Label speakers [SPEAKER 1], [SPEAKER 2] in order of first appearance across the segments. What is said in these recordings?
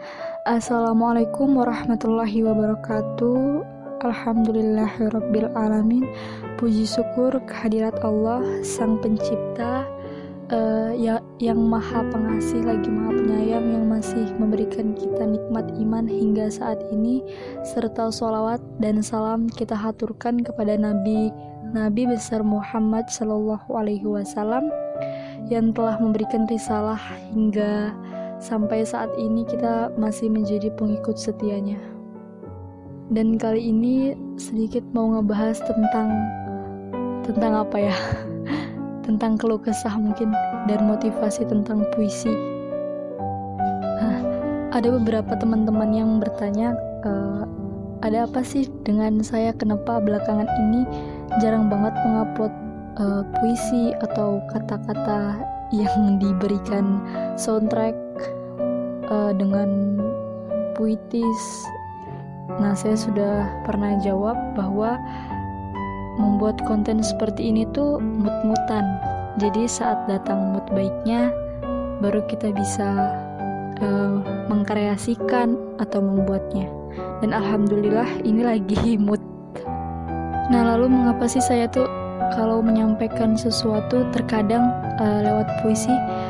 [SPEAKER 1] Assalamualaikum warahmatullahi wabarakatuh. Alhamdulillahirabbil alamin. Puji syukur kehadirat Allah Sang Pencipta, yang Maha Pengasih lagi Maha Penyayang, yang masih memberikan kita nikmat iman hingga saat ini, serta sholawat dan salam kita haturkan kepada Nabi besar Muhammad Sallallahu Alaihi Wasallam yang telah memberikan risalah hingga sampai saat ini kita masih menjadi pengikut setianya. Dan kali ini sedikit mau ngebahas tentang apa ya? Tentang keluh kesah mungkin dan motivasi tentang puisi. Ada beberapa teman-teman yang bertanya, ada apa sih dengan saya, kenapa belakangan ini jarang banget mengupload puisi atau kata-kata yang diberikan soundtrack dengan puitis. Nah, saya sudah pernah jawab bahwa membuat konten seperti ini tuh mood-moodan. Jadi saat datang mood baiknya baru kita bisa mengkreasikan atau membuatnya. Dan alhamdulillah ini lagi mood. Nah, lalu mengapa sih saya tuh kalau menyampaikan sesuatu terkadang lewat puisi?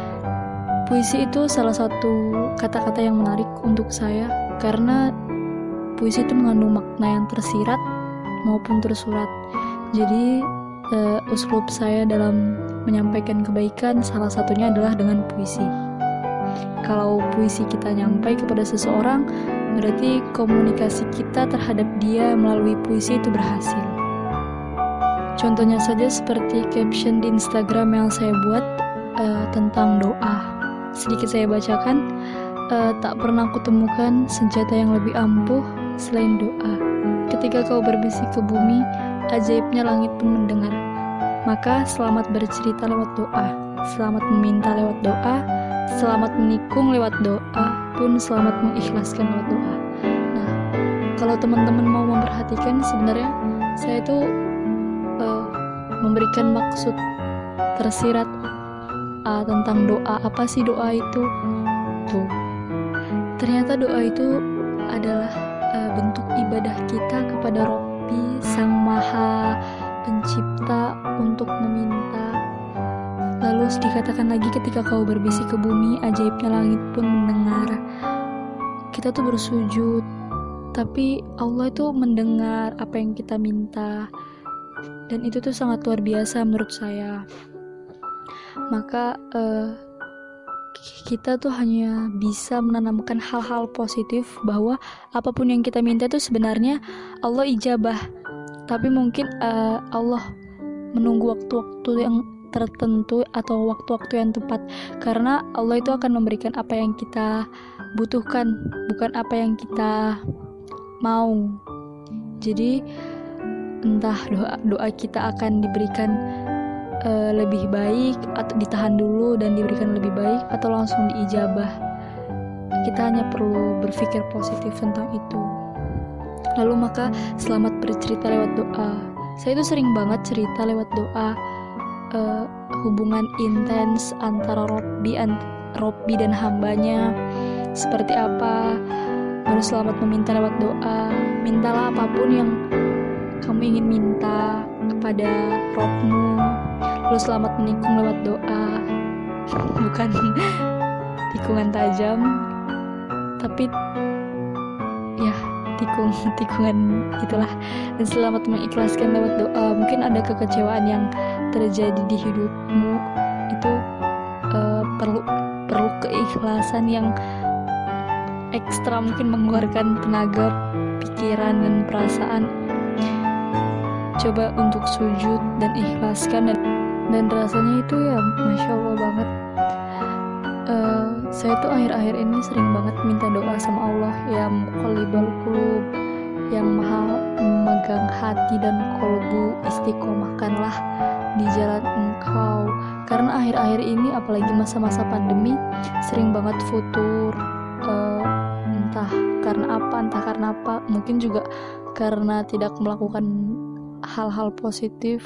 [SPEAKER 1] Puisi itu salah satu kata-kata yang menarik untuk saya, karena puisi itu mengandung makna yang tersirat maupun tersurat. Jadi uslub saya dalam menyampaikan kebaikan salah satunya adalah dengan puisi. Kalau puisi kita nyampai kepada seseorang, berarti komunikasi kita terhadap dia melalui puisi itu berhasil. Contohnya saja seperti caption di Instagram yang saya buat tentang doa. Sedikit saya bacakan, tak pernah kutemukan senjata yang lebih ampuh selain doa. Ketika kau berbisik ke bumi, ajaibnya langit pun mendengar. Maka selamat bercerita lewat doa, selamat meminta lewat doa, selamat menikung lewat doa, pun selamat mengikhlaskan lewat doa. Nah, kalau teman-teman mau memperhatikan, sebenarnya saya itu memberikan maksud tersirat tentang doa. Apa sih doa itu? Tuh, ternyata doa itu adalah bentuk ibadah kita kepada Robbi Sang Maha Pencipta untuk meminta. Lalu dikatakan lagi, ketika kau berbisik ke bumi, ajaibnya langit pun mendengar. Kita tuh bersujud, tapi Allah itu mendengar apa yang kita minta, dan itu tuh sangat luar biasa menurut saya. Maka kita tuh hanya bisa menanamkan hal-hal positif, bahwa apapun yang kita minta tuh sebenarnya Allah ijabah, tapi mungkin Allah menunggu waktu-waktu yang tertentu atau waktu-waktu yang tepat, karena Allah itu akan memberikan apa yang kita butuhkan, bukan apa yang kita mau. Jadi entah doa kita akan diberikan lebih baik atau ditahan dulu dan diberikan lebih baik, atau langsung diijabah. Kita hanya perlu berpikir positif tentang itu. Lalu maka selamat bercerita lewat doa. Saya itu sering banget cerita lewat doa, hubungan intens antara Robbi dan hambanya seperti apa. Baru selamat meminta lewat doa. Mintalah apapun yang kamu ingin minta kepada Robmu. Lalu selamat menikung lewat doa, bukan tikungan tajam, tapi ya tikungan itulah. Dan selamat mengikhlaskan lewat doa. Mungkin ada kekecewaan yang terjadi di hidupmu, itu perlu keikhlasan yang ekstra, mungkin mengeluarkan tenaga, pikiran dan perasaan. Coba untuk sujud dan ikhlaskan, dan rasanya itu ya Masya Allah banget. Saya tuh akhir-akhir ini sering banget minta doa sama Allah, ya Muqallibal Qulub, yang maha memegang hati dan kolbu, istiqomahkanlah di jalan Engkau. Karena akhir-akhir ini, apalagi masa-masa pandemi, sering banget futur, entah karena apa, mungkin juga karena tidak melakukan hal-hal positif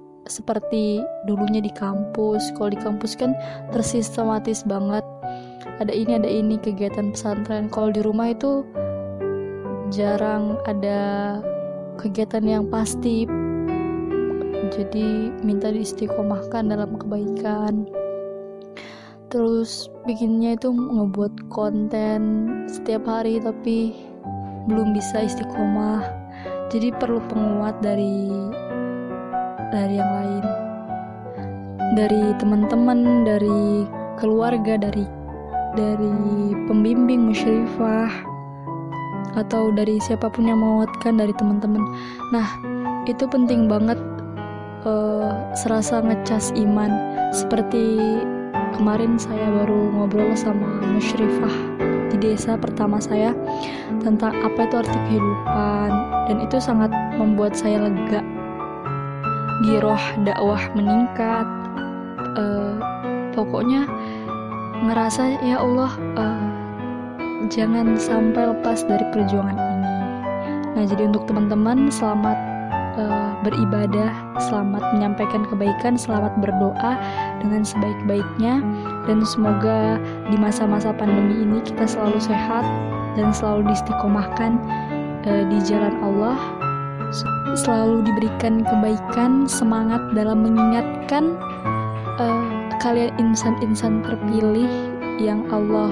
[SPEAKER 1] seperti dulunya di kampus. Kalau di kampus kan tersistematis banget, ada ini kegiatan pesantren. Kalau di rumah itu jarang ada kegiatan yang pasti, jadi minta diistiqomahkan dalam kebaikan. Terus bikinnya itu ngebuat konten setiap hari tapi belum bisa istiqomah, jadi perlu penguat dari yang lain, dari teman-teman, dari keluarga, dari pembimbing, musyrifah, atau dari siapapun yang menguatkan dari teman-teman. Nah, itu penting banget, serasa ngecas iman. Seperti kemarin saya baru ngobrol sama musyrifah di desa pertama saya tentang apa itu arti kehidupan, dan itu sangat membuat saya lega. Giroh dakwah meningkat, pokoknya ngerasa ya Allah, jangan sampai lepas dari perjuangan ini. Nah, jadi untuk teman-teman, selamat beribadah, selamat menyampaikan kebaikan, selamat berdoa dengan sebaik-baiknya, dan semoga di masa-masa pandemi ini kita selalu sehat dan selalu diistiqomahkan di jalan Allah, selalu diberikan kebaikan, semangat dalam mengingatkan kalian insan-insan terpilih yang Allah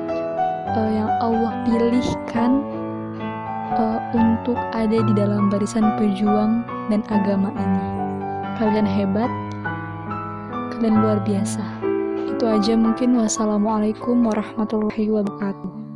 [SPEAKER 1] pilihkan untuk ada di dalam barisan pejuang dan agama ini. Kalian hebat, kalian luar biasa. Itu aja mungkin. Wassalamualaikum warahmatullahi wabarakatuh.